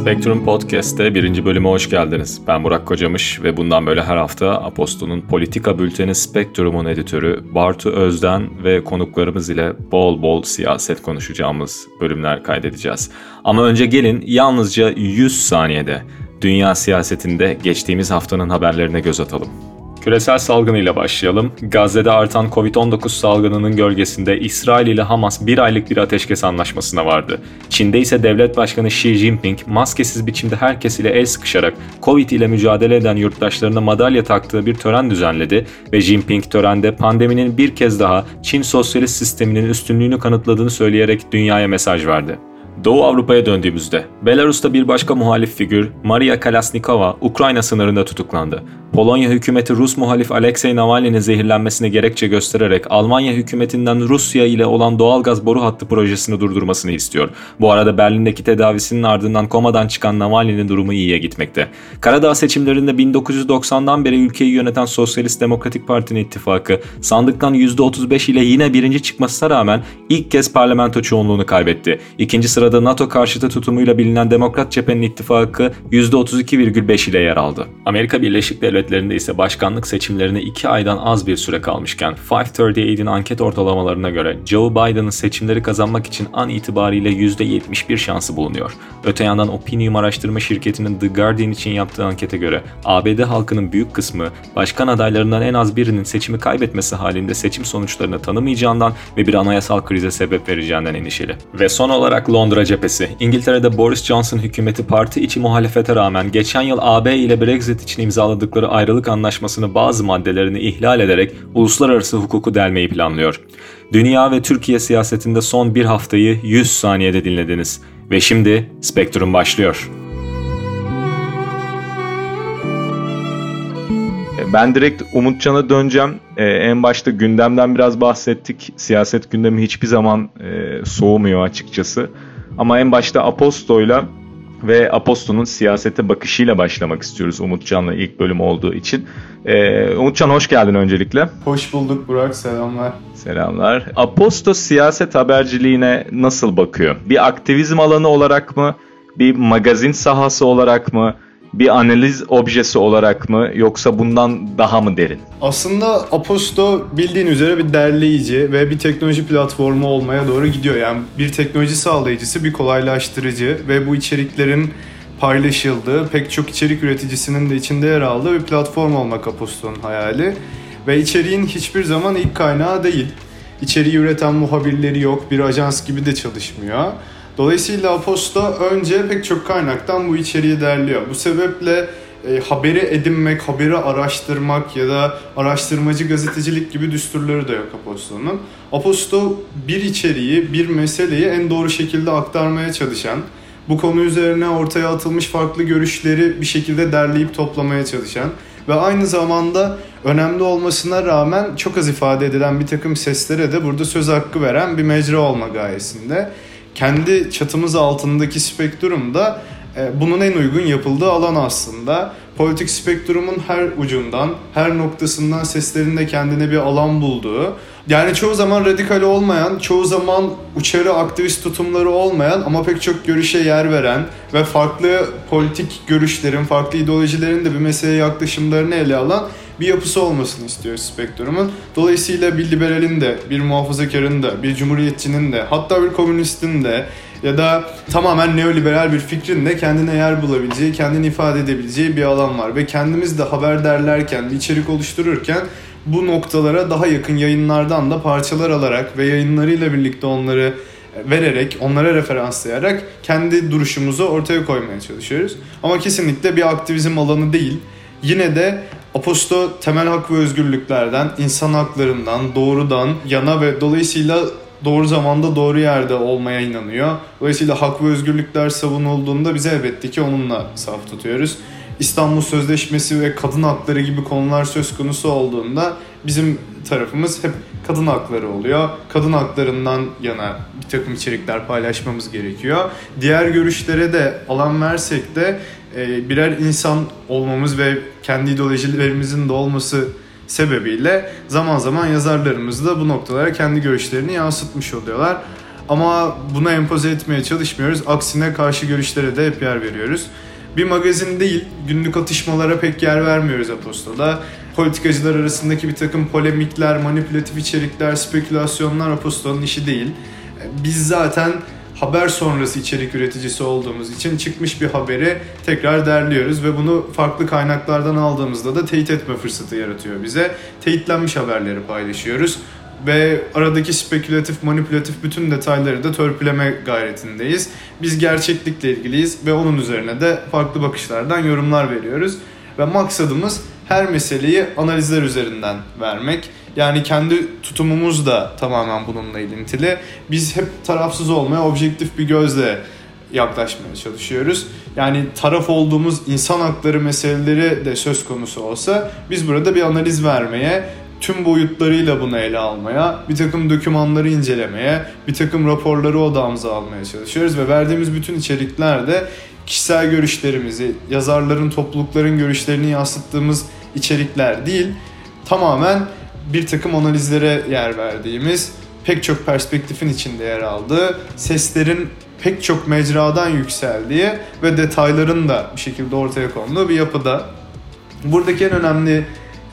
Spektrum Podcast'te 1. bölüme hoş geldiniz. Ben Burak Kocamış ve bundan böyle her hafta Aposto'nun politika bülteni Spektrum'un editörü Bartu Özden ve konuklarımız ile bol bol siyaset konuşacağımız bölümler kaydedeceğiz. Ama önce gelin yalnızca 100 saniyede dünya siyasetinde geçtiğimiz haftanın haberlerine göz atalım. Küresel salgınıyla başlayalım. Gazze'de artan Covid-19 salgınının gölgesinde İsrail ile Hamas bir aylık bir ateşkes anlaşmasına vardı. Çin'de ise devlet başkanı Xi Jinping maskesiz biçimde herkes ile el sıkışarak Covid ile mücadele eden yurttaşlarına madalya taktığı bir tören düzenledi ve Jinping törende pandeminin bir kez daha Çin sosyalist sisteminin üstünlüğünü kanıtladığını söyleyerek dünyaya mesaj verdi. Doğu Avrupa'ya döndüğümüzde, Belarus'ta bir başka muhalif figür Maria Kalashnikova Ukrayna sınırında tutuklandı. Polonya hükümeti Rus muhalif Alexei Navalny'nin zehirlenmesine gerekçe göstererek Almanya hükümetinden Rusya ile olan doğalgaz boru hattı projesini durdurmasını istiyor. Bu arada Berlin'deki tedavisinin ardından komadan çıkan Navalny'nin durumu iyiye gitmekte. Karadağ seçimlerinde 1990'dan beri ülkeyi yöneten Sosyalist Demokratik Parti'nin ittifakı sandıktan %35 ile yine birinci çıkmasına rağmen ilk kez parlamento çoğunluğunu kaybetti. İkinci sırada NATO karşıtı tutumuyla bilinen Demokrat Cephe'nin ittifakı %32,5 ile yer aldı. Amerika Birleşik Devletleri'nde ise başkanlık seçimlerine 2 aydan az bir süre kalmışken 538'in anket ortalamalarına göre Joe Biden'ın seçimleri kazanmak için an itibariyle %71 şansı bulunuyor. Öte yandan Opinium araştırma şirketinin The Guardian için yaptığı ankete göre ABD halkının büyük kısmı başkan adaylarından en az birinin seçimi kaybetmesi halinde seçim sonuçlarını tanımayacağından ve bir anayasal krize sebep vereceğinden endişeli. Ve son olarak Londra cephesi. İngiltere'de Boris Johnson hükümeti parti içi muhalefete rağmen geçen yıl AB ile Brexit için imzaladıkları ayrılık anlaşmasını bazı maddelerini ihlal ederek uluslararası hukuku delmeyi planlıyor. Dünya ve Türkiye siyasetinde son bir haftayı 100 saniyede dinlediniz. Ve şimdi Spektrum başlıyor. Ben direkt Umutcan'a döneceğim. En başta gündemden biraz bahsettik. Siyaset gündemi hiçbir zaman soğumuyor açıkçası. Ama en başta Aposto'yla ve Aposto'nun siyasete bakışıyla başlamak istiyoruz Umutcan'la ilk bölüm olduğu için. Umutcan hoş geldin öncelikle. Hoş bulduk Burak, selamlar. Selamlar. Aposto siyaset haberciliğine nasıl bakıyor? Bir aktivizm alanı olarak mı? Bir magazin sahası olarak mı? Bir analiz objesi olarak mı yoksa bundan daha mı derin? Aslında Aposto bildiğin üzere bir derleyici ve bir teknoloji platformu olmaya doğru gidiyor. Yani bir teknoloji sağlayıcısı, bir kolaylaştırıcı ve bu içeriklerin paylaşıldığı, pek çok içerik üreticisinin de içinde yer aldığı bir platform olmak Aposto'nun hayali. Ve içeriğin hiçbir zaman ilk kaynağı değil. İçeriği üreten muhabirleri yok, bir ajans gibi de çalışmıyor. Dolayısıyla Aposto önce pek çok kaynaktan bu içeriği derliyor. Bu sebeple haberi edinmek, haberi araştırmak ya da araştırmacı gazetecilik gibi düsturları da yok Aposto'nun. Aposto bir içeriği, bir meseleyi en doğru şekilde aktarmaya çalışan, bu konu üzerine ortaya atılmış farklı görüşleri bir şekilde derleyip toplamaya çalışan ve aynı zamanda önemli olmasına rağmen çok az ifade edilen bir takım seslere de burada söz hakkı veren bir mecra olma gayesinde. Kendi çatımız altındaki spektrumda bunun en uygun yapıldığı alan aslında. Politik spektrumun her ucundan, her noktasından seslerin de kendine bir alan bulduğu, yani çoğu zaman radikal olmayan, çoğu zaman uçarı aktivist tutumları olmayan ama pek çok görüşe yer veren ve farklı politik görüşlerin, farklı ideolojilerin de bir meseleye yaklaşımlarını ele alan bir yapısı olmasını istiyor spektrumun. Dolayısıyla bir liberalin de, bir muhafazakarın da, bir cumhuriyetçinin de, hatta bir komünistin de ya da tamamen neoliberal bir fikrin de kendine yer bulabileceği, kendini ifade edebileceği bir alan var. Ve kendimiz de haber derlerken, bir içerik oluştururken bu noktalara daha yakın yayınlardan da parçalar alarak ve yayınlarıyla birlikte onları vererek, onlara referanslayarak kendi duruşumuzu ortaya koymaya çalışıyoruz. Ama kesinlikle bir aktivizm alanı değil. Yine de Aposto temel hak ve özgürlüklerden, insan haklarından, doğrudan yana ve dolayısıyla doğru zamanda doğru yerde olmaya inanıyor. Dolayısıyla hak ve özgürlükler savunulduğunda biz elbette ki onunla saf tutuyoruz. İstanbul Sözleşmesi ve kadın hakları gibi konular söz konusu olduğunda bizim tarafımız hep kadın hakları oluyor. Kadın haklarından yana bir takım içerikler paylaşmamız gerekiyor. Diğer görüşlere de alan versek de birer insan olmamız ve kendi ideolojilerimizin de olması sebebiyle zaman zaman yazarlarımız da bu noktalara kendi görüşlerini yansıtmış oluyorlar. Ama buna empoze etmeye çalışmıyoruz. Aksine karşı görüşlere de hep yer veriyoruz. Bir magazin değil, günlük atışmalara pek yer vermiyoruz Aposto'da. Politikacılar arasındaki bir takım polemikler, manipülatif içerikler, spekülasyonlar Aposto'nun işi değil. Biz zaten haber sonrası içerik üreticisi olduğumuz için çıkmış bir haberi tekrar derliyoruz ve bunu farklı kaynaklardan aldığımızda da teyit etme fırsatı yaratıyor bize. Teyitlenmiş haberleri paylaşıyoruz ve aradaki spekülatif, manipülatif bütün detayları da törpüleme gayretindeyiz. Biz gerçeklikle ilgiliyiz ve onun üzerine de farklı bakışlardan yorumlar veriyoruz. Ve maksadımız her meseleyi analizler üzerinden vermek. Yani kendi tutumumuz da tamamen bununla ilintili. Biz hep tarafsız olmaya, objektif bir gözle yaklaşmaya çalışıyoruz. Yani taraf olduğumuz insan hakları meseleleri de söz konusu olsa biz burada bir analiz vermeye, tüm boyutlarıyla bunu ele almaya, bir takım dokümanları incelemeye, bir takım raporları odağımıza almaya çalışıyoruz ve verdiğimiz bütün içeriklerde kişisel görüşlerimizi, yazarların, toplulukların görüşlerini yansıttığımız içerikler değil, tamamen bir takım analizlere yer verdiğimiz, pek çok perspektifin içinde yer aldığı, seslerin pek çok mecradan yükseldiği ve detayların da bir şekilde ortaya konduğu bir yapıda. Buradaki en önemli,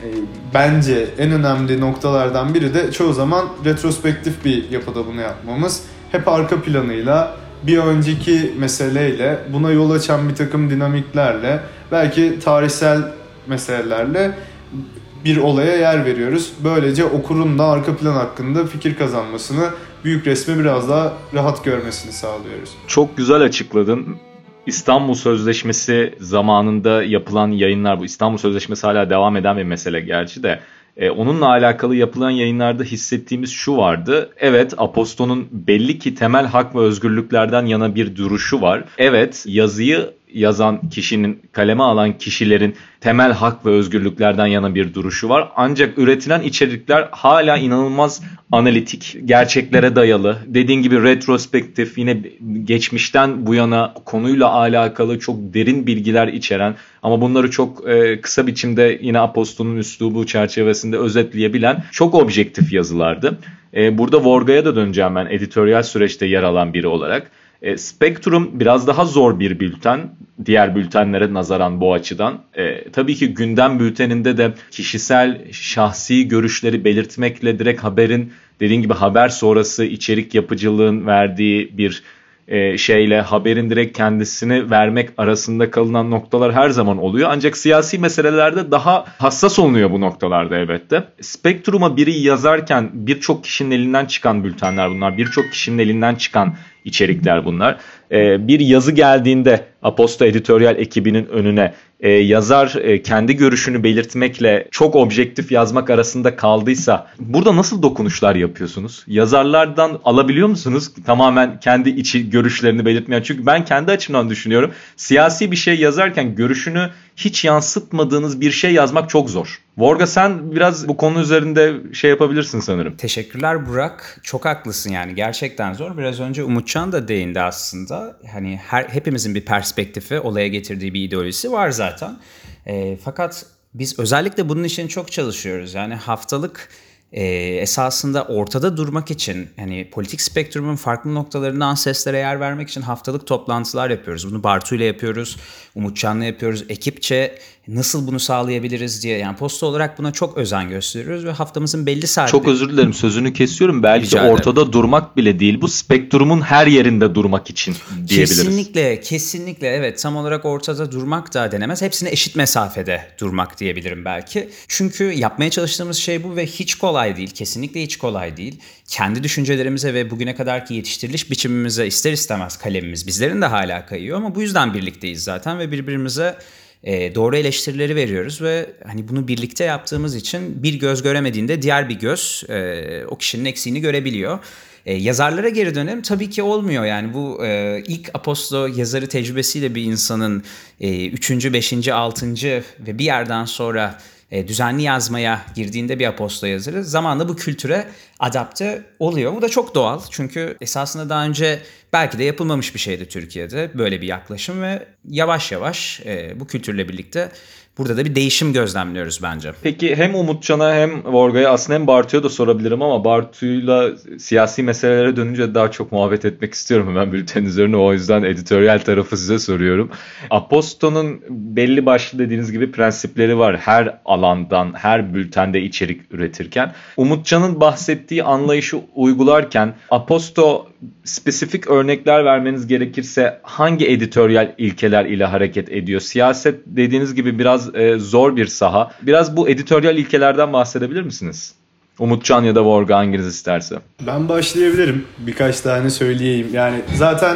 bence en önemli noktalardan biri de çoğu zaman retrospektif bir yapıda bunu yapmamız. Hep arka planıyla, bir önceki meseleyle, buna yol açan bir takım dinamiklerle, belki tarihsel meselelerle bir olaya yer veriyoruz. Böylece okurun da arka plan hakkında fikir kazanmasını, büyük resmi biraz daha rahat görmesini sağlıyoruz. Çok güzel açıkladın. İstanbul Sözleşmesi zamanında yapılan yayınlar, bu İstanbul Sözleşmesi hala devam eden bir mesele gerçi de. Onunla alakalı yapılan yayınlarda hissettiğimiz şu vardı. Evet, Aposto'nun belli ki temel hak ve özgürlüklerden yana bir duruşu var. Evet, yazıyı yazan kişinin, kaleme alan kişilerin temel hak ve özgürlüklerden yana bir duruşu var. Ancak üretilen içerikler hala inanılmaz analitik, gerçeklere dayalı. Dediğin gibi retrospektif, yine geçmişten bu yana konuyla alakalı çok derin bilgiler içeren ama bunları çok kısa biçimde yine Aposto'nun üslubu çerçevesinde özetleyebilen çok objektif yazılardı. Burada Vorga'ya da döneceğim ben editoryal süreçte yer alan biri olarak. Spektrum biraz daha zor bir bülten, diğer bültenlere nazaran bu açıdan. Tabii ki gündem bülteninde de kişisel, şahsi görüşleri belirtmekle direkt haberin, dediğin gibi haber sonrası içerik yapıcılığın verdiği bir şeyle haberin direkt kendisini vermek arasında kalınan noktalar her zaman oluyor. Ancak siyasi meselelerde daha hassas olunuyor bu noktalarda elbette. Spektrum'a biri yazarken birçok kişinin elinden çıkan bültenler bunlar, birçok kişinin elinden çıkan içerikler bunlar. Bir yazı geldiğinde Aposto editoryal ekibinin önüne yazar kendi görüşünü belirtmekle çok objektif yazmak arasında kaldıysa burada nasıl dokunuşlar yapıyorsunuz? Yazarlardan alabiliyor musunuz tamamen kendi içi görüşlerini belirtmeyen? Çünkü ben kendi açımdan düşünüyorum. Siyasi bir şey yazarken görüşünü hiç yansıtmadığınız bir şey yazmak çok zor. Vorga, sen biraz bu konu üzerinde şey yapabilirsin sanırım. Teşekkürler Burak. Çok haklısın yani, gerçekten zor. Biraz önce Umutcan da değindi aslında. Hani hepimizin bir perspektifi, olaya getirdiği bir ideolojisi var zaten. Fakat biz özellikle bunun için çok çalışıyoruz. Yani haftalık esasında ortada durmak için, hani politik spektrumun farklı noktalarından seslere yer vermek için haftalık toplantılar yapıyoruz. Bunu Bartu ile yapıyoruz, Umutcan'la yapıyoruz. Ekipçe nasıl bunu sağlayabiliriz diye, yani Posta olarak buna çok özen gösteriyoruz ve haftamızın belli saatleri... Çok özür dilerim, sözünü kesiyorum. Belki ortada durmak bile değil, bu spektrumun her yerinde durmak için diyebiliriz. Kesinlikle evet, tam olarak ortada durmak da denemez. Hepsine eşit mesafede durmak diyebilirim belki. Çünkü yapmaya çalıştığımız şey bu ve hiç kolay değil. Kesinlikle hiç kolay değil. Kendi düşüncelerimize ve bugüne kadarki yetiştiriliş biçimimize ister istemez kalemimiz bizlerin de hala kayıyor ama bu yüzden birlikteyiz zaten ve birbirimize doğru eleştirileri veriyoruz ve hani bunu birlikte yaptığımız için bir göz göremediğinde diğer bir göz o kişinin eksiğini görebiliyor. Yazarlara geri dönelim, tabii ki olmuyor yani bu ilk Aposto yazarı tecrübesiyle bir insanın 3. 5. 6. ve bir yerden sonra düzenli yazmaya girdiğinde bir Aposto yazarı zamanla bu kültüre adapte oluyor. Bu da çok doğal çünkü esasında daha önce belki de yapılmamış bir şeydi Türkiye'de böyle bir yaklaşım ve yavaş yavaş bu kültürle birlikte Burada da bir değişim gözlemliyoruz bence. Peki hem Umutcan'a hem Vorga'ya, aslında hem Bartu'ya da sorabilirim ama Bartu'yla siyasi meselelere dönünce daha çok muhabbet etmek istiyorum hemen bültenin üzerine. O yüzden editoryal tarafı size soruyorum. Aposto'nun belli başlı dediğiniz gibi prensipleri var her alandan, her bültende içerik üretirken. Umutcan'ın bahsettiği anlayışı uygularken Aposto spesifik örnekler vermeniz gerekirse hangi editoryal ilkeler ile hareket ediyor? Siyaset dediğiniz gibi biraz zor bir saha. Biraz bu editoryal ilkelerden bahsedebilir misiniz? Umutcan ya da Vorga, hanginiz isterse. Ben başlayabilirim. Birkaç tane söyleyeyim. Yani zaten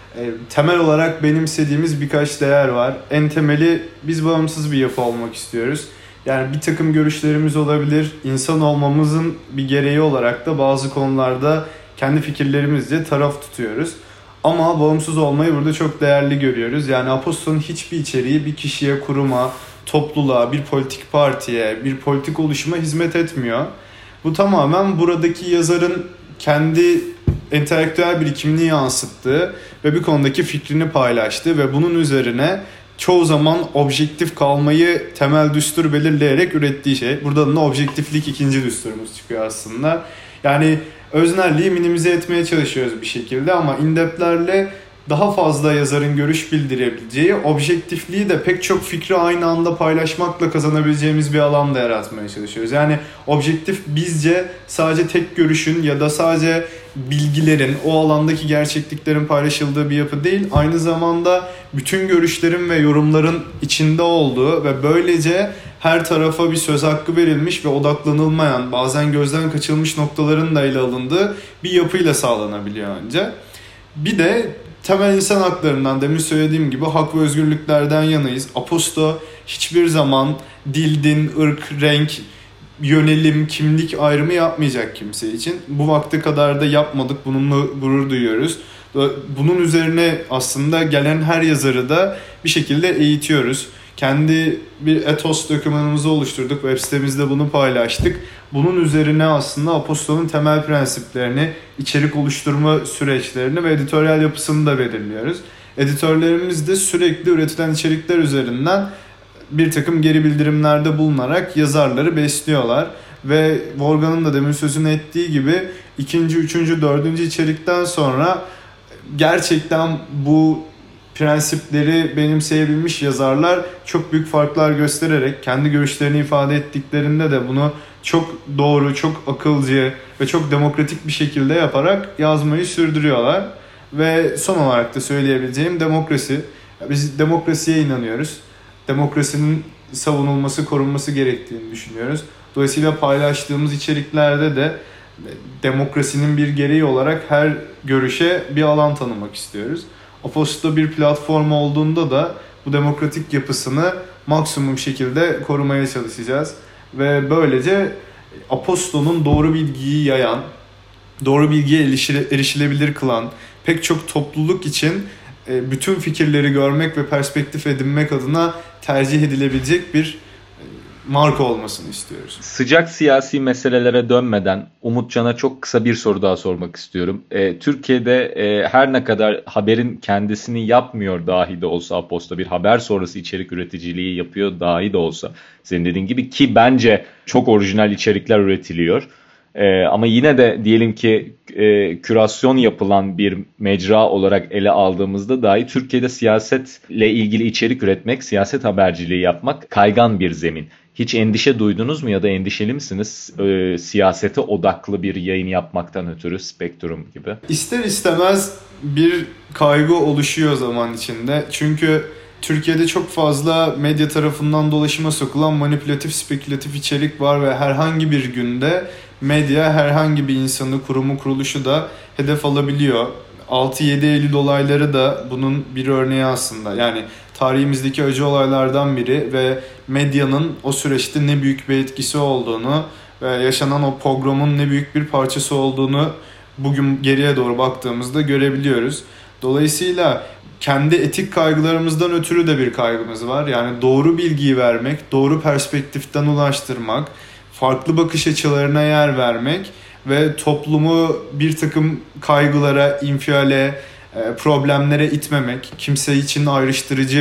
temel olarak benimsediğimiz birkaç değer var. En temeli, biz bağımsız bir yapı olmak istiyoruz. Yani bir takım görüşlerimiz olabilir. İnsan olmamızın bir gereği olarak da bazı konularda kendi fikirlerimizle taraf tutuyoruz. Ama bağımsız olmayı burada çok değerli görüyoruz. Yani Aposto'nun hiçbir içeriği bir kişiye, kuruma, topluluğa, bir politik partiye, bir politik oluşuma hizmet etmiyor. Bu tamamen buradaki yazarın kendi entelektüel birikimini yansıttığı ve bir konudaki fikrini paylaştığı ve bunun üzerine çoğu zaman objektif kalmayı temel düstur belirleyerek ürettiği şey. Buradan da objektiflik ikinci düsturumuz çıkıyor aslında. Yani öznelliği minimize etmeye çalışıyoruz bir şekilde ama in-depth'lerle daha fazla yazarın görüş bildirebileceği, objektifliği de pek çok fikri aynı anda paylaşmakla kazanabileceğimiz bir alanda yaratmaya çalışıyoruz. Yani objektif bizce sadece tek görüşün ya da sadece bilgilerin, o alandaki gerçekliklerin paylaşıldığı bir yapı değil. Aynı zamanda bütün görüşlerin ve yorumların içinde olduğu ve böylece her tarafa bir söz hakkı verilmiş ve odaklanılmayan, bazen gözden kaçırılmış noktaların da ele alındığı bir yapıyla sağlanabiliyor ancak. Bir de temel insan haklarından, demin söylediğim gibi hak ve özgürlüklerden yanayız. Aposto hiçbir zaman dil, din, ırk, renk, yönelim, kimlik ayrımı yapmayacak kimse için. Bu vakte kadar da yapmadık, bununla gurur duyuyoruz. Bunun üzerine aslında gelen her yazarı da bir şekilde eğitiyoruz. Kendi bir etos dokümanımızı oluşturduk, web sitemizde bunu paylaştık. Bunun üzerine aslında Aposto'nun temel prensiplerini, içerik oluşturma süreçlerini ve editoryal yapısını da belirliyoruz. Editörlerimiz de sürekli üretilen içerikler üzerinden bir takım geri bildirimlerde bulunarak yazarları besliyorlar. Ve Vorga'nın da demin sözünü ettiği gibi 2., 3., 4. içerikten sonra gerçekten bu prensipleri benimseyebilmiş yazarlar çok büyük farklar göstererek kendi görüşlerini ifade ettiklerinde de bunu çok doğru, çok akılcı ve çok demokratik bir şekilde yaparak yazmayı sürdürüyorlar. Ve son olarak da söyleyebileceğim demokrasi. Biz demokrasiye inanıyoruz. Demokrasinin savunulması, korunması gerektiğini düşünüyoruz. Dolayısıyla paylaştığımız içeriklerde de demokrasinin bir gereği olarak her görüşe bir alan tanımak istiyoruz. Aposto bir platform olduğunda da bu demokratik yapısını maksimum şekilde korumaya çalışacağız. Ve böylece Aposto'nun doğru bilgiyi yayan, doğru bilgiye erişilebilir kılan, pek çok topluluk için bütün fikirleri görmek ve perspektif edinmek adına tercih edilebilecek bir marka olmasını istiyoruz. Sıcak siyasi meselelere dönmeden Umutcan'a çok kısa bir soru daha sormak istiyorum. Türkiye'de her ne kadar haberin kendisini yapmıyor dahi de olsa, Aposto bir haber sonrası içerik üreticiliği yapıyor dahi de olsa, senin dediğin gibi, ki bence çok orijinal içerikler üretiliyor. Ama yine de diyelim ki kürasyon yapılan bir mecra olarak ele aldığımızda dahi Türkiye'de siyasetle ilgili içerik üretmek, siyaset haberciliği yapmak kaygan bir zemin. Hiç endişe duydunuz mu ya da endişeli misiniz siyasete odaklı bir yayın yapmaktan ötürü, Spektrum gibi? İster istemez bir kaygı oluşuyor zaman içinde. Çünkü Türkiye'de çok fazla medya tarafından dolaşıma sokulan manipülatif, spekülatif içerik var ve herhangi bir günde medya herhangi bir insanı, kurumu, kuruluşu da hedef alabiliyor. 6-7 Eylül olayları da bunun bir örneği aslında. Yani tarihimizdeki acı olaylardan biri ve medyanın o süreçte ne büyük bir etkisi olduğunu ve yaşanan o pogromun ne büyük bir parçası olduğunu bugün geriye doğru baktığımızda görebiliyoruz. Dolayısıyla kendi etik kaygılarımızdan ötürü de bir kaygımız var. Yani doğru bilgiyi vermek, doğru perspektiften ulaştırmak, farklı bakış açılarına yer vermek ve toplumu bir takım kaygılara, infiale, problemlere itmemek, kimse için ayrıştırıcı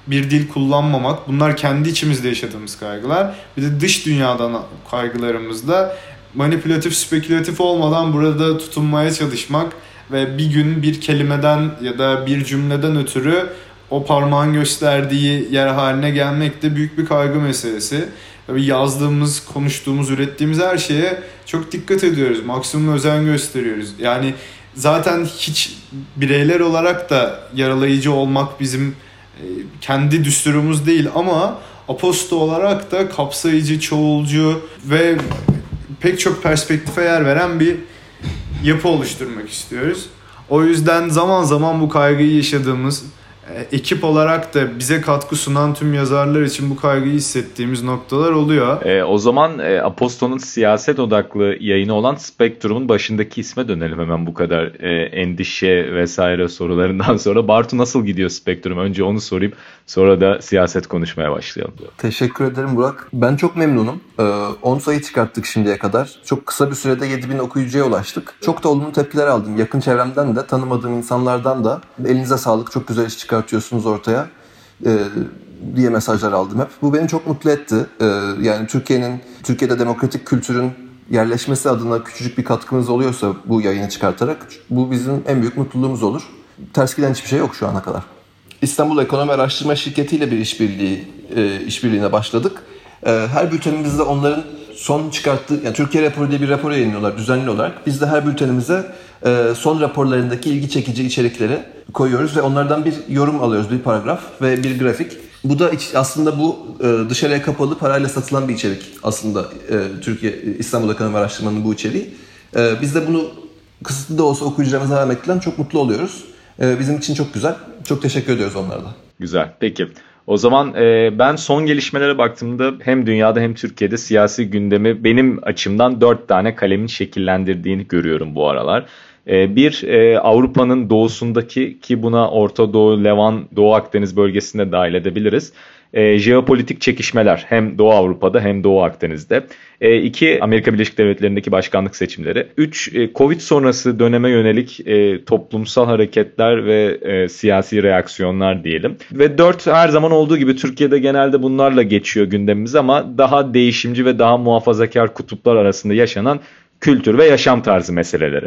bir dil kullanmamak, bunlar kendi içimizde yaşadığımız kaygılar. Bir de dış dünyadan kaygılarımızda manipülatif, spekülatif olmadan burada tutunmaya çalışmak ve bir gün bir kelimeden ya da bir cümleden ötürü o parmağın gösterdiği yer haline gelmek de büyük bir kaygı meselesi. Yazdığımız, konuştuğumuz, ürettiğimiz her şeye çok dikkat ediyoruz. Maksimum özen gösteriyoruz. Yani zaten hiç bireyler olarak da yaralayıcı olmak bizim kendi düsturumuz değil ama Aposto olarak da kapsayıcı, çoğulcu ve pek çok perspektife yer veren bir yapı oluşturmak istiyoruz. O yüzden zaman zaman bu kaygıyı yaşadığımız, ekip olarak da bize katkı sunan tüm yazarlar için bu kaygıyı hissettiğimiz noktalar oluyor. O zaman Aposto'nun siyaset odaklı yayını olan Spektrum'un başındaki isme dönelim hemen bu kadar endişe vesaire sorularından sonra. Bartu nasıl gidiyor Spektrum? Önce onu sorayım, sonra da siyaset konuşmaya başlayalım. Teşekkür ederim Burak. Ben çok memnunum. 10 sayı çıkarttık şimdiye kadar. Çok kısa bir sürede 7.000 okuyucuya ulaştık. Çok da olumlu tepkiler aldım. Yakın çevremden de, tanımadığım insanlardan da elinize sağlık, çok güzel iş çıkartıyorsunuz ortaya diye mesajlar aldım hep. Bu beni çok mutlu etti. Yani Türkiye'de demokratik kültürün yerleşmesi adına küçücük bir katkımız oluyorsa bu yayını çıkartarak bu bizim en büyük mutluluğumuz olur. Ters giden hiçbir şey yok şu ana kadar. İstanbul Ekonomi Araştırma Şirketi ile bir işbirliğine başladık. Her bültenimizde onların son çıkarttığı, yani Türkiye raporu diye bir rapor yayınlıyorlar düzenli olarak. Biz de her bültenimize son raporlarındaki ilgi çekici içerikleri koyuyoruz ve onlardan bir yorum alıyoruz, bir paragraf ve bir grafik. Bu da aslında dışarıya kapalı, parayla satılan bir içerik aslında İstanbul Ekonomi Araştırma'nın bu içeriği. Biz de bunu kısıtlı da olsa okuyucularımıza vermekten çok mutlu oluyoruz. Bizim için çok güzel. Çok teşekkür ediyoruz onlara da. Güzel. Peki. O zaman ben son gelişmelere baktığımda hem dünyada hem Türkiye'de siyasi gündemi benim açımdan 4 tane kalemin şekillendirdiğini görüyorum bu aralar. Bir, Avrupa'nın doğusundaki, ki buna Orta Doğu, Levan, Doğu Akdeniz bölgesinde dahil edebiliriz, jeopolitik çekişmeler hem Doğu Avrupa'da hem Doğu Akdeniz'de. 2, Amerika Birleşik Devletleri'ndeki başkanlık seçimleri. 3, Covid sonrası döneme yönelik toplumsal hareketler ve siyasi reaksiyonlar diyelim. Ve 4, her zaman olduğu gibi Türkiye'de genelde bunlarla geçiyor gündemimiz ama daha değişimci ve daha muhafazakar kutuplar arasında yaşanan kültür ve yaşam tarzı meseleleri.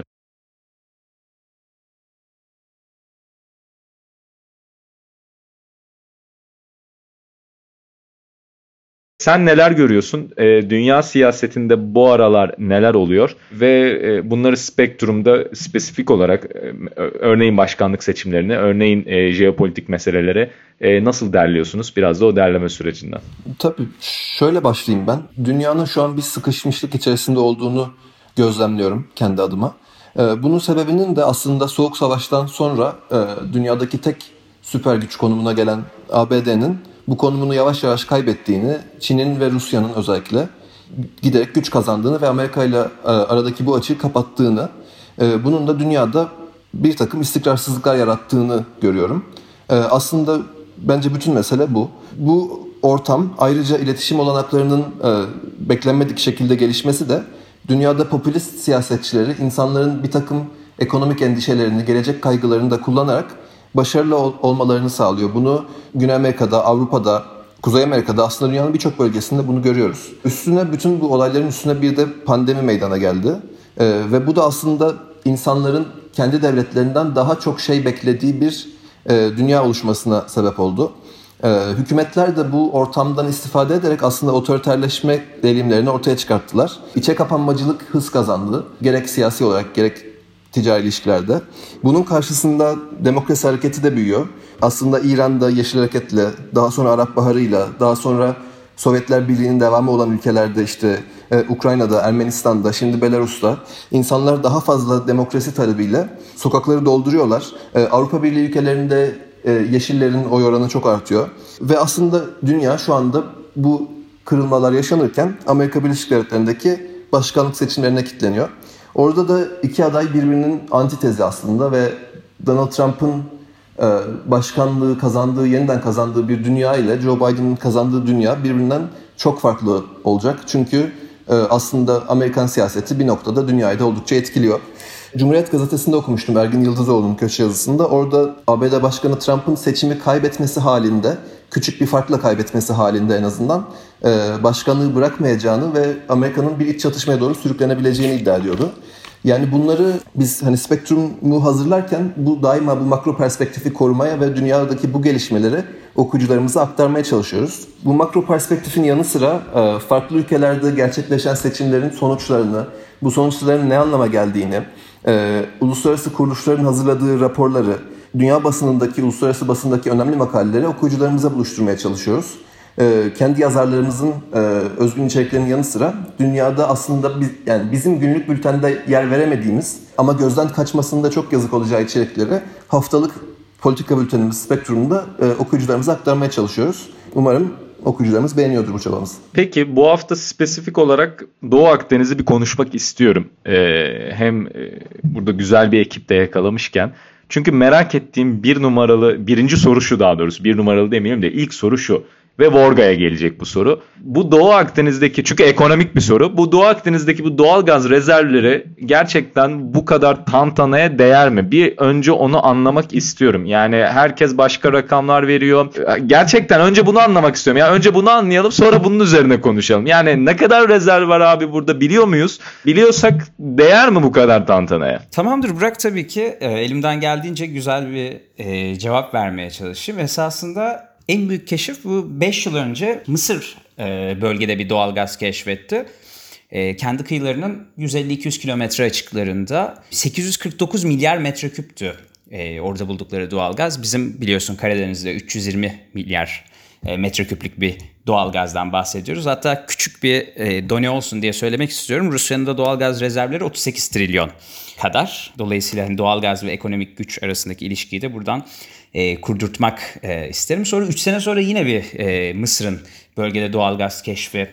Sen neler görüyorsun? Dünya siyasetinde bu aralar neler oluyor? Ve bunları Spektrum'da spesifik olarak örneğin başkanlık seçimlerini, örneğin jeopolitik meseleleri nasıl derliyorsunuz? Biraz da o derleme sürecinden. Tabii şöyle başlayayım ben. Dünyanın şu an bir sıkışmışlık içerisinde olduğunu gözlemliyorum kendi adıma. Bunun sebebinin de aslında Soğuk Savaş'tan sonra dünyadaki tek süper güç konumuna gelen ABD'nin bu konumunu yavaş yavaş kaybettiğini, Çin'in ve Rusya'nın özellikle giderek güç kazandığını ve Amerika ile aradaki bu açığı kapattığını, bunun da dünyada bir takım istikrarsızlıklar yarattığını görüyorum. Aslında bence bütün mesele bu. Bu ortam, ayrıca iletişim olanaklarının beklenmedik şekilde gelişmesi de dünyada popülist siyasetçileri insanların bir takım ekonomik endişelerini, gelecek kaygılarını da kullanarak başarılı olmalarını sağlıyor. Bunu Güney Amerika'da, Avrupa'da, Kuzey Amerika'da, aslında dünyanın birçok bölgesinde bunu görüyoruz. Bütün bu olayların üstüne bir de pandemi meydana geldi. Ve bu da aslında insanların kendi devletlerinden daha çok şey beklediği bir dünya oluşmasına sebep oldu. Hükümetler de bu ortamdan istifade ederek aslında otoriterleşme eğilimlerini ortaya çıkarttılar. İçe kapanmacılık hız kazandı. Gerek siyasi olarak gerek ticari ilişkilerde. Bunun karşısında demokrasi hareketi de büyüyor. Aslında İran'da Yeşil Hareket'le, daha sonra Arap Baharı'yla, daha sonra Sovyetler Birliği'nin devamı olan ülkelerde işte Ukrayna'da, Ermenistan'da, şimdi Belarus'ta insanlar daha fazla demokrasi talebiyle sokakları dolduruyorlar. Avrupa Birliği ülkelerinde Yeşillerin oy oranı çok artıyor. Ve aslında dünya şu anda bu kırılmalar yaşanırken Amerika Birleşik Devletleri'ndeki başkanlık seçimlerine kilitleniyor. Orada da iki aday birbirinin antitezi aslında ve Donald Trump'ın başkanlığı yeniden kazandığı bir dünya ile Joe Biden'ın kazandığı dünya birbirinden çok farklı olacak. Çünkü aslında Amerikan siyaseti bir noktada dünyayı da oldukça etkiliyor. Cumhuriyet Gazetesi'nde okumuştum Ergin Yıldızoğlu'nun köşe yazısında. Orada ABD Başkanı Trump'ın seçimi kaybetmesi halinde, küçük bir farkla kaybetmesi halinde en azından başkanlığı bırakmayacağını ve Amerika'nın bir iç çatışmaya doğru sürüklenebileceğini iddia ediyordu. Yani bunları biz hani Spektrum'u hazırlarken daima bu makro perspektifi korumaya ve dünyadaki bu gelişmeleri okuyucularımıza aktarmaya çalışıyoruz. Bu makro perspektifin yanı sıra farklı ülkelerde gerçekleşen seçimlerin sonuçlarını, bu sonuçların ne anlama geldiğini, uluslararası kuruluşların hazırladığı raporları, dünya basınındaki, uluslararası basındaki önemli makaleleri okuyucularımıza buluşturmaya çalışıyoruz. Kendi yazarlarımızın özgün içeriklerinin yanı sıra dünyada aslında bizim günlük bültende yer veremediğimiz ama gözden kaçmasında çok yazık olacağı içerikleri haftalık politika bültenimiz Spektrum'da okuyucularımıza aktarmaya çalışıyoruz. Umarım okuyucularımız beğeniyordur bu çabamızı. Peki bu hafta spesifik olarak Doğu Akdeniz'i bir konuşmak istiyorum. Hem burada güzel bir ekipte yakalamışken. Çünkü merak ettiğim birinci soru şu, daha doğrusu bir numaralı demeyelim de ilk soru şu. Ve Vorga'ya gelecek bu soru. Bu Doğu Akdeniz'deki, çünkü ekonomik bir soru, bu Doğu Akdeniz'deki bu doğalgaz rezervleri gerçekten bu kadar tantanaya değer mi? Bir önce onu anlamak istiyorum. Yani herkes başka rakamlar veriyor. Gerçekten önce bunu anlamak istiyorum. Yani önce bunu anlayalım, sonra bunun üzerine konuşalım. Yani ne kadar rezerv var abi burada, biliyor muyuz? Biliyorsak değer mi bu kadar tantanaya? Tamamdır Burak, tabii ki elimden geldiğince güzel bir cevap vermeye çalışayım. Esasında en büyük keşif bu 5 yıl önce Mısır bölgede bir doğalgaz keşfetti. Kendi kıyılarının 150-200 kilometre açıklarında 849 milyar metreküptü orada buldukları doğalgaz. Bizim biliyorsun Karadeniz'de 320 milyar metreküplük bir doğalgazdan bahsediyoruz. Hatta küçük bir done olsun diye söylemek istiyorum. Rusya'nın da doğalgaz rezervleri 38 trilyon kadar. Dolayısıyla hani doğalgaz ve ekonomik güç arasındaki ilişkiyi de buradan kurdurtmak isterim. Sonra 3 sene sonra yine bir Mısır'ın bölgede doğalgaz keşfi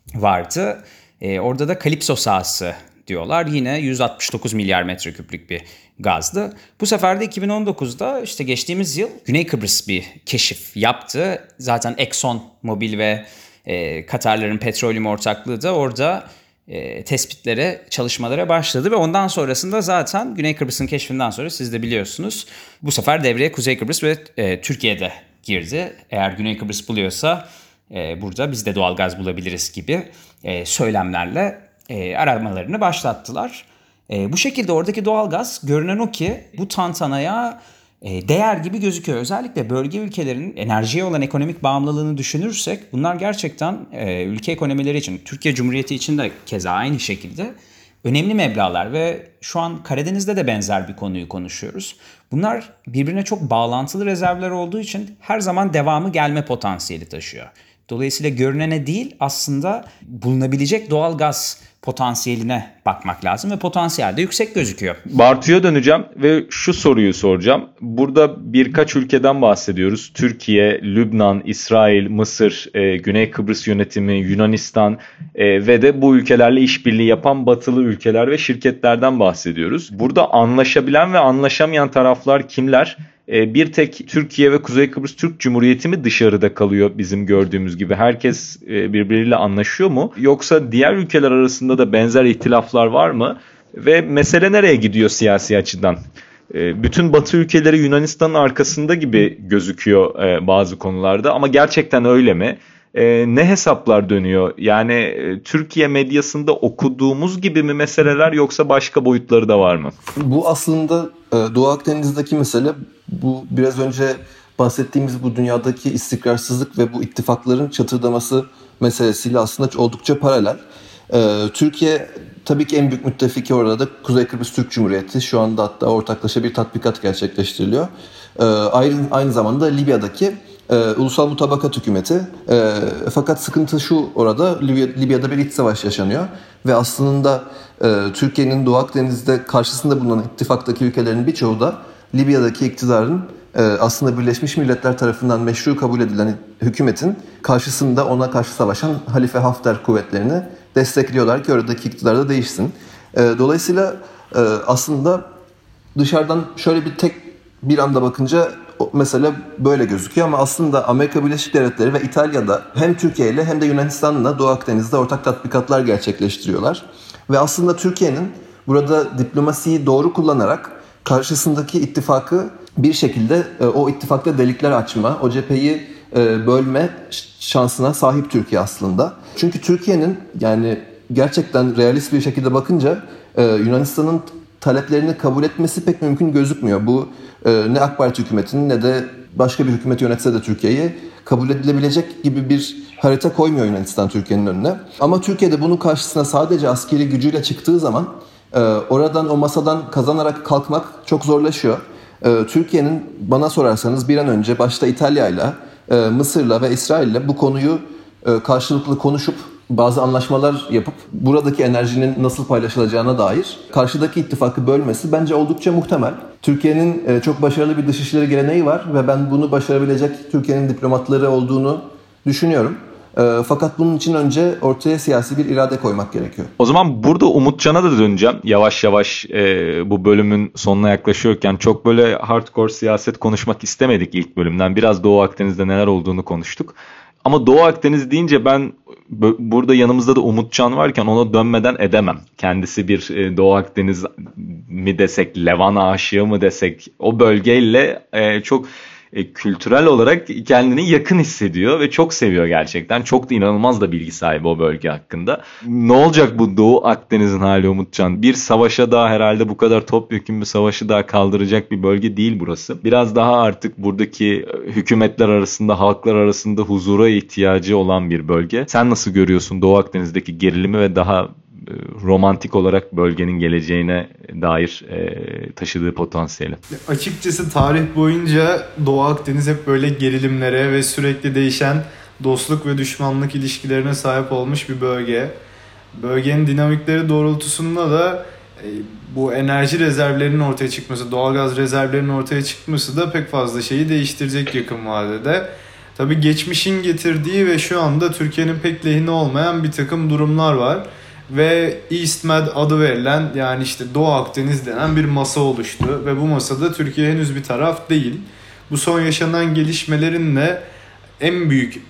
vardı. Orada da Kalipso sahası diyorlar. Yine 169 milyar metreküplük bir gazdı. Bu sefer de 2019'da işte geçtiğimiz yıl Güney Kıbrıs bir keşif yaptı. Zaten Exxon Mobil ve Katarların petrolüm ortaklığı da orada tespitlere, çalışmalara başladı ve ondan sonrasında zaten Güney Kıbrıs'ın keşfinden sonra siz de biliyorsunuz bu sefer devreye Kuzey Kıbrıs ve Türkiye'de girdi. Eğer Güney Kıbrıs buluyorsa burada biz de doğalgaz bulabiliriz gibi söylemlerle aramalarını başlattılar. Bu şekilde oradaki doğalgaz görünen o ki bu tantanaya değer gibi gözüküyor. Özellikle bölge ülkelerinin enerjiye olan ekonomik bağımlılığını düşünürsek bunlar gerçekten ülke ekonomileri için, Türkiye Cumhuriyeti için de keza aynı şekilde önemli meblağlar ve şu an Karadeniz'de de benzer bir konuyu konuşuyoruz. Bunlar birbirine çok bağlantılı rezervler olduğu için her zaman devamı gelme potansiyeli taşıyor. Dolayısıyla görünene değil aslında bulunabilecek doğal gaz potansiyeline bakmak lazım ve potansiyel de yüksek gözüküyor. Bartu'ya döneceğim ve şu soruyu soracağım. Burada birkaç ülkeden bahsediyoruz. Türkiye, Lübnan, İsrail, Mısır, Güney Kıbrıs yönetimi, Yunanistan ve de bu ülkelerle işbirliği yapan batılı ülkeler ve şirketlerden bahsediyoruz. Burada anlaşabilen ve anlaşamayan taraflar kimler? Bir tek Türkiye ve Kuzey Kıbrıs Türk Cumhuriyeti mi dışarıda kalıyor bizim gördüğümüz gibi? Herkes birbiriyle anlaşıyor mu? Yoksa diğer ülkeler arasında da benzer ihtilaflar var mı? Ve mesele nereye gidiyor siyasi açıdan? Bütün Batı ülkeleri Yunanistan'ın arkasında gibi gözüküyor bazı konularda ama gerçekten öyle mi? Ne hesaplar dönüyor? Yani Türkiye medyasında okuduğumuz gibi mi meseleler yoksa başka boyutları da var mı? Bu aslında Doğu Akdeniz'deki mesele, bu biraz önce bahsettiğimiz bu dünyadaki istikrarsızlık ve bu ittifakların çatırdaması meselesiyle aslında oldukça paralel. Türkiye tabii ki en büyük müttefiki orada Kuzey Kıbrıs Türk Cumhuriyeti. Şu anda hatta ortaklaşa bir tatbikat gerçekleştiriliyor. Aynı zamanda Libya'daki Ulusal Mutabakat Hükümeti. Fakat sıkıntı şu, orada Libya'da bir iç savaş yaşanıyor. Ve aslında Türkiye'nin Doğu Akdeniz'de karşısında bulunan ittifaktaki ülkelerin birçoğu da Libya'daki iktidarın aslında Birleşmiş Milletler tarafından meşru kabul edilen hükümetin karşısında ona karşı savaşan Halife Hafter kuvvetlerini destekliyorlar ki oradaki iktidar da değişsin. Dolayısıyla aslında dışarıdan şöyle bir anda bakınca mesele böyle gözüküyor ama aslında Amerika Birleşik Devletleri ve İtalya'da hem Türkiye ile hem de Yunanistan'la Doğu Akdeniz'de ortak tatbikatlar gerçekleştiriyorlar. Ve aslında Türkiye'nin burada diplomasiyi doğru kullanarak karşısındaki ittifakı bir şekilde o ittifakta delikler açma, o cepheyi bölme şansına sahip Türkiye aslında. Çünkü Türkiye'nin yani gerçekten realist bir şekilde bakınca Yunanistan'ın taleplerini kabul etmesi pek mümkün gözükmüyor. Bu ne AK Parti hükümetinin ne de başka bir hükümet yönetse de Türkiye'yi kabul edilebilecek gibi bir harita koymuyor Yunanistan Türkiye'nin önüne. Ama Türkiye'de bunun karşısına sadece askeri gücüyle çıktığı zaman oradan o masadan kazanarak kalkmak çok zorlaşıyor. Türkiye'nin bana sorarsanız bir an önce başta İtalya'yla, Mısır'la ve İsrail'le bu konuyu karşılıklı konuşup bazı anlaşmalar yapıp buradaki enerjinin nasıl paylaşılacağına dair karşıdaki ittifakı bölmesi bence oldukça muhtemel. Türkiye'nin çok başarılı bir dışişleri geleneği var ve ben bunu başarabilecek Türkiye'nin diplomatları olduğunu düşünüyorum. Fakat bunun için önce ortaya siyasi bir irade koymak gerekiyor. O zaman burada Umutcan'a da döneceğim. Yavaş yavaş bu bölümün sonuna yaklaşıyorken çok böyle hardcore siyaset konuşmak istemedik ilk bölümden. Biraz Doğu Akdeniz'de neler olduğunu konuştuk. Ama Doğu Akdeniz deyince ben burada yanımızda da Umutcan varken ona dönmeden edemem. Kendisi bir Doğu Akdeniz mi desek, Levan aşığı mı desek, o bölgeyle çok kültürel olarak kendini yakın hissediyor ve çok seviyor gerçekten. Çok da inanılmaz da bilgi sahibi o bölge hakkında. Ne olacak bu Doğu Akdeniz'in hali Umutcan? Bir savaşa daha herhalde bu kadar topyekun bir savaşı daha kaldıracak bir bölge değil burası. Biraz daha artık buradaki hükümetler arasında, halklar arasında huzura ihtiyacı olan bir bölge. Sen nasıl görüyorsun Doğu Akdeniz'deki gerilimi ve daha romantik olarak bölgenin geleceğine dair taşıdığı potansiyeli? Açıkçası tarih boyunca Doğu Akdeniz hep böyle gerilimlere ve sürekli değişen dostluk ve düşmanlık ilişkilerine sahip olmuş bir bölge. Bölgenin dinamikleri doğrultusunda da bu enerji rezervlerinin ortaya çıkması, doğalgaz rezervlerinin ortaya çıkması da pek fazla şeyi değiştirecek yakın vadede. Tabii geçmişin getirdiği ve şu anda Türkiye'nin pek lehine olmayan bir takım durumlar var. Ve EastMed adı verilen yani işte Doğu Akdeniz denen bir masa oluştu. Ve bu masada Türkiye henüz bir taraf değil. Bu son yaşanan gelişmelerin de en büyük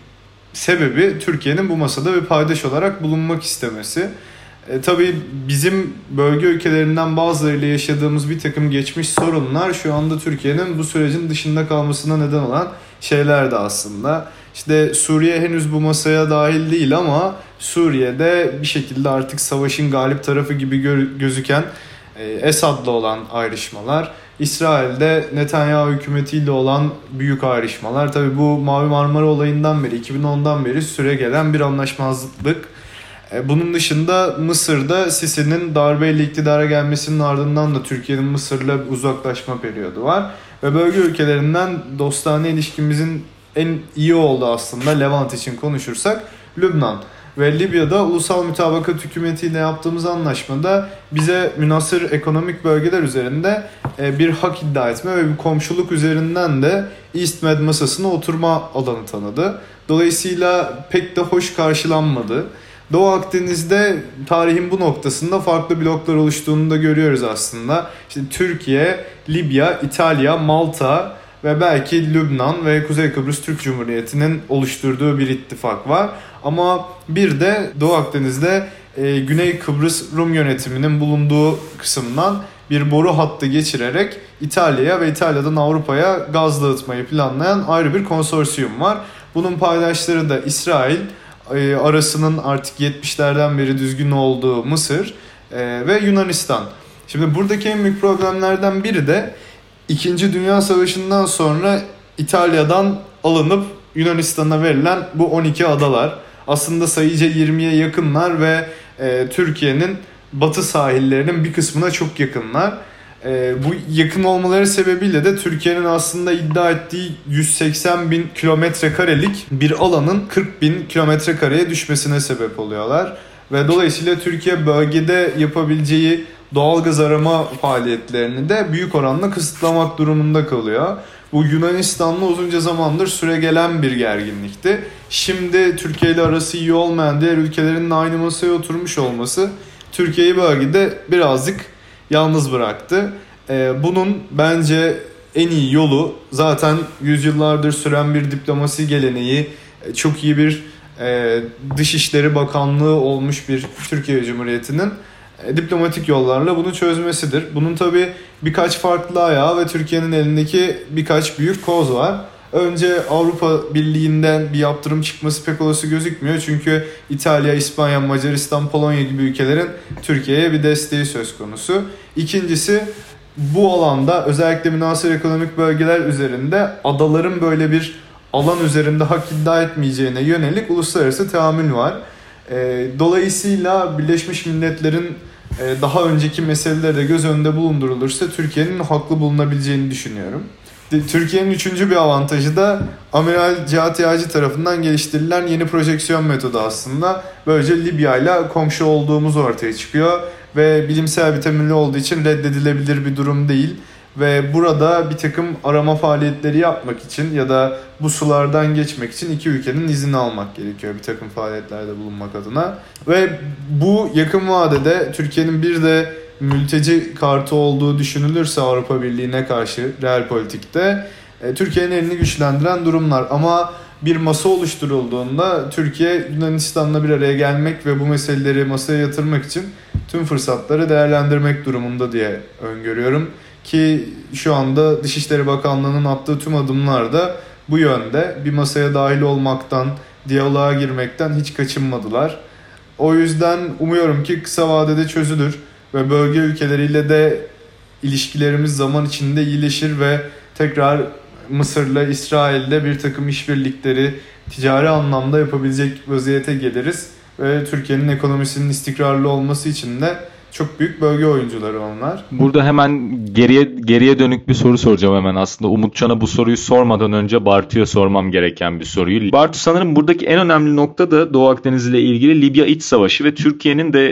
sebebi Türkiye'nin bu masada bir paydaş olarak bulunmak istemesi. Tabii bizim bölge ülkelerinden bazılarıyla yaşadığımız bir takım geçmiş sorunlar şu anda Türkiye'nin bu sürecin dışında kalmasına neden olan şeyler de aslında. İşte Suriye henüz bu masaya dahil değil ama Suriye'de bir şekilde artık savaşın galip tarafı gibi gözüken Esad'la olan ayrışmalar, İsrail'de Netanyahu hükümetiyle olan büyük ayrışmalar. Tabii bu Mavi Marmara olayından beri, 2010'dan beri süre gelen bir anlaşmazlık. Bunun dışında Mısır'da Sisi'nin darbeyle iktidara gelmesinin ardından da Türkiye'nin Mısır'la uzaklaşma periyodu var. Ve bölge ülkelerinden dostane ilişkimizin en iyi olduğu aslında Levant için konuşursak Lübnan. Ve Libya'da ulusal mütabakat hükümetiyle yaptığımız anlaşmada bize münhasır ekonomik bölgeler üzerinde bir hak iddia etme ve bir komşuluk üzerinden de EastMed masasına oturma alanı tanıdı. Dolayısıyla pek de hoş karşılanmadı. Doğu Akdeniz'de tarihin bu noktasında farklı bloklar oluştuğunu da görüyoruz aslında. İşte Türkiye, Libya, İtalya, Malta ve belki Lübnan ve Kuzey Kıbrıs Türk Cumhuriyeti'nin oluşturduğu bir ittifak var. Ama bir de Doğu Akdeniz'de Güney Kıbrıs Rum yönetiminin bulunduğu kısımdan bir boru hattı geçirerek İtalya'ya ve İtalya'dan Avrupa'ya gaz dağıtmayı planlayan ayrı bir konsorsiyum var. Bunun paydaşları da İsrail, arasının artık 70'lerden beri düzgün olduğu Mısır ve Yunanistan. Şimdi buradaki en büyük problemlerden biri de 2. Dünya Savaşı'ndan sonra İtalya'dan alınıp Yunanistan'a verilen bu 12 adalar. Aslında sayıca 20'ye yakınlar ve Türkiye'nin batı sahillerinin bir kısmına çok yakınlar. Bu yakın olmaları sebebiyle de Türkiye'nin aslında iddia ettiği 180 bin kilometre karelik bir alanın 40 bin kilometre kareye düşmesine sebep oluyorlar. Ve dolayısıyla Türkiye bölgede yapabileceği doğalgaz arama faaliyetlerini de büyük oranda kısıtlamak durumunda kalıyor. Bu Yunanistan'la uzunca zamandır süregelen bir gerginlikti. Şimdi Türkiye ile arası iyi olmayan diğer ülkelerin aynı masaya oturmuş olması Türkiye'yi bölgede birazcık yalnız bıraktı. Bunun bence en iyi yolu zaten yüzyıllardır süren bir diplomasi geleneği, çok iyi bir Dışişleri Bakanlığı olmuş bir Türkiye Cumhuriyeti'nin diplomatik yollarla bunu çözmesidir. Bunun tabii birkaç farklı ayağı ve Türkiye'nin elindeki birkaç büyük koz var. Önce Avrupa Birliği'nden bir yaptırım çıkması pek olası gözükmüyor. Çünkü İtalya, İspanya, Macaristan, Polonya gibi ülkelerin Türkiye'ye bir desteği söz konusu. İkincisi, bu alanda özellikle münhasır ekonomik bölgeler üzerinde adaların böyle bir alan üzerinde hak iddia etmeyeceğine yönelik uluslararası teamül var. Dolayısıyla Birleşmiş Milletler'in daha önceki meseleleri de göz önünde bulundurulursa Türkiye'nin haklı bulunabileceğini düşünüyorum. Türkiye'nin üçüncü bir avantajı da Amiral Cihat Yağcı tarafından geliştirilen yeni projeksiyon metodu aslında. Böylece Libya ile komşu olduğumuz ortaya çıkıyor ve bilimsel bir temelli olduğu için reddedilebilir bir durum değil. Ve burada bir takım arama faaliyetleri yapmak için ya da bu sulardan geçmek için iki ülkenin izni almak gerekiyor bir takım faaliyetlerde bulunmak adına. Ve bu yakın vadede Türkiye'nin bir de mülteci kartı olduğu düşünülürse Avrupa Birliği'ne karşı realpolitikte Türkiye'nin elini güçlendiren durumlar. Ama bir masa oluşturulduğunda Türkiye Yunanistan'la bir araya gelmek ve bu meseleleri masaya yatırmak için tüm fırsatları değerlendirmek durumunda diye öngörüyorum. Ki şu anda Dışişleri Bakanlığı'nın attığı tüm adımlar da bu yönde. Bir masaya dahil olmaktan, diyaloğa girmekten hiç kaçınmadılar. O yüzden umuyorum ki kısa vadede çözülür ve bölge ülkeleriyle de ilişkilerimiz zaman içinde iyileşir ve tekrar Mısır'la, İsrail'le bir takım işbirlikleri ticari anlamda yapabilecek vaziyete geliriz. Ve Türkiye'nin ekonomisinin istikrarlı olması için de çok büyük bölge oyuncuları onlar. Burada hemen geriye dönük bir soru soracağım hemen aslında. Umutcan'a bu soruyu sormadan önce Bartu'ya sormam gereken bir soruyu. Bartu, sanırım buradaki en önemli nokta da Doğu Akdeniz ile ilgili Libya iç savaşı ve Türkiye'nin de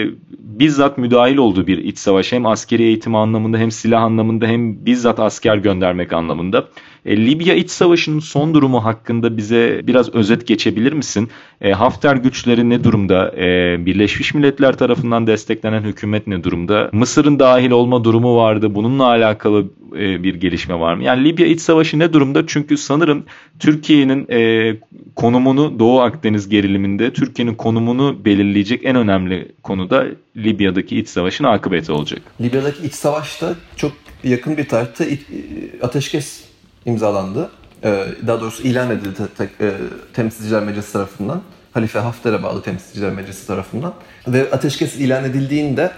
bizzat müdahil olduğu bir iç savaş. Hem askeri eğitim anlamında hem silah anlamında hem bizzat asker göndermek anlamında. Libya iç savaşının son durumu hakkında bize biraz özet geçebilir misin? Hafter güçleri ne durumda? Birleşmiş Milletler tarafından desteklenen hükümet ne durumda? Mısır'ın dahil olma durumu vardı. Bununla alakalı bir gelişme var mı? Yani Libya iç savaşı ne durumda? Çünkü sanırım Türkiye'nin konumunu Doğu Akdeniz geriliminde Türkiye'nin konumunu belirleyecek en önemli konu da Libya'daki iç savaşın akıbeti olacak. Libya'daki iç savaşta çok yakın bir tarihte ateşkes imzalandı. Daha doğrusu ilan edildi Temsilciler Meclisi tarafından. Halife Hafter'e bağlı Temsilciler Meclisi tarafından. Ve ateşkes ilan edildiğinde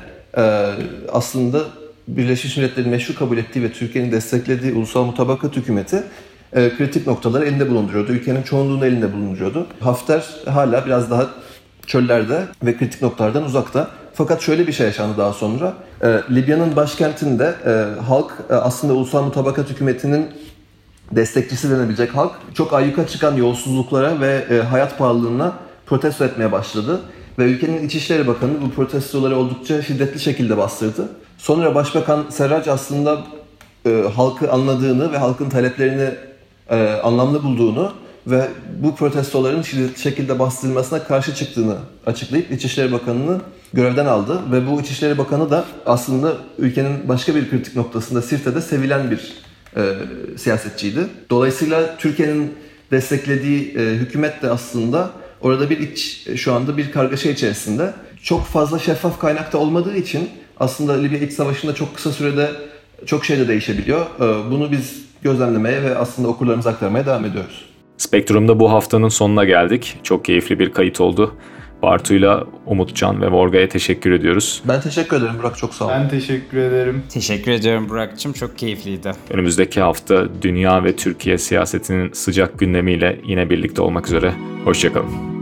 aslında Birleşmiş Milletler'in meşru kabul ettiği ve Türkiye'nin desteklediği Ulusal Mutabakat Hükümeti kritik noktaları elinde bulunduruyordu. Ülkenin çoğunluğunu elinde bulunduruyordu. Hafter hala biraz daha çöllerde ve kritik noktalardan uzakta. Fakat şöyle bir şey yaşandı daha sonra. Libya'nın başkentinde halk aslında Ulusal Mutabakat Hükümeti'nin destekçisi denebilecek halk çok ayyuka çıkan yolsuzluklara ve hayat pahalılığına protesto etmeye başladı. Ve ülkenin İçişleri Bakanı bu protestoları oldukça şiddetli şekilde bastırdı. Sonra Başbakan Serraj aslında halkı anladığını ve halkın taleplerini anlamlı bulduğunu ve bu protestoların şiddetli şekilde bastırılmasına karşı çıktığını açıklayıp İçişleri Bakanı'nı görevden aldı. Ve bu İçişleri Bakanı da aslında ülkenin başka bir kritik noktasında Sirte'de sevilen bir siyasetçiydi. Dolayısıyla Türkiye'nin desteklediği hükümet de aslında orada şu anda bir kargaşa içerisinde. Çok fazla şeffaf kaynakta olmadığı için aslında Libya iç savaşında çok kısa sürede çok şey de değişebiliyor. Bunu biz gözlemlemeye ve aslında okurlarımıza aktarmaya devam ediyoruz. Spektrum'da bu haftanın sonuna geldik. Çok keyifli bir kayıt oldu. Bartu'yla Umutcan ve Morga'ya teşekkür ediyoruz. Ben teşekkür ederim Burak, çok sağ ol. Ben teşekkür ederim. Teşekkür ediyorum Burak'cığım. Çok keyifliydi. Önümüzdeki hafta dünya ve Türkiye siyasetinin sıcak gündemiyle yine birlikte olmak üzere. Hoşçakalın.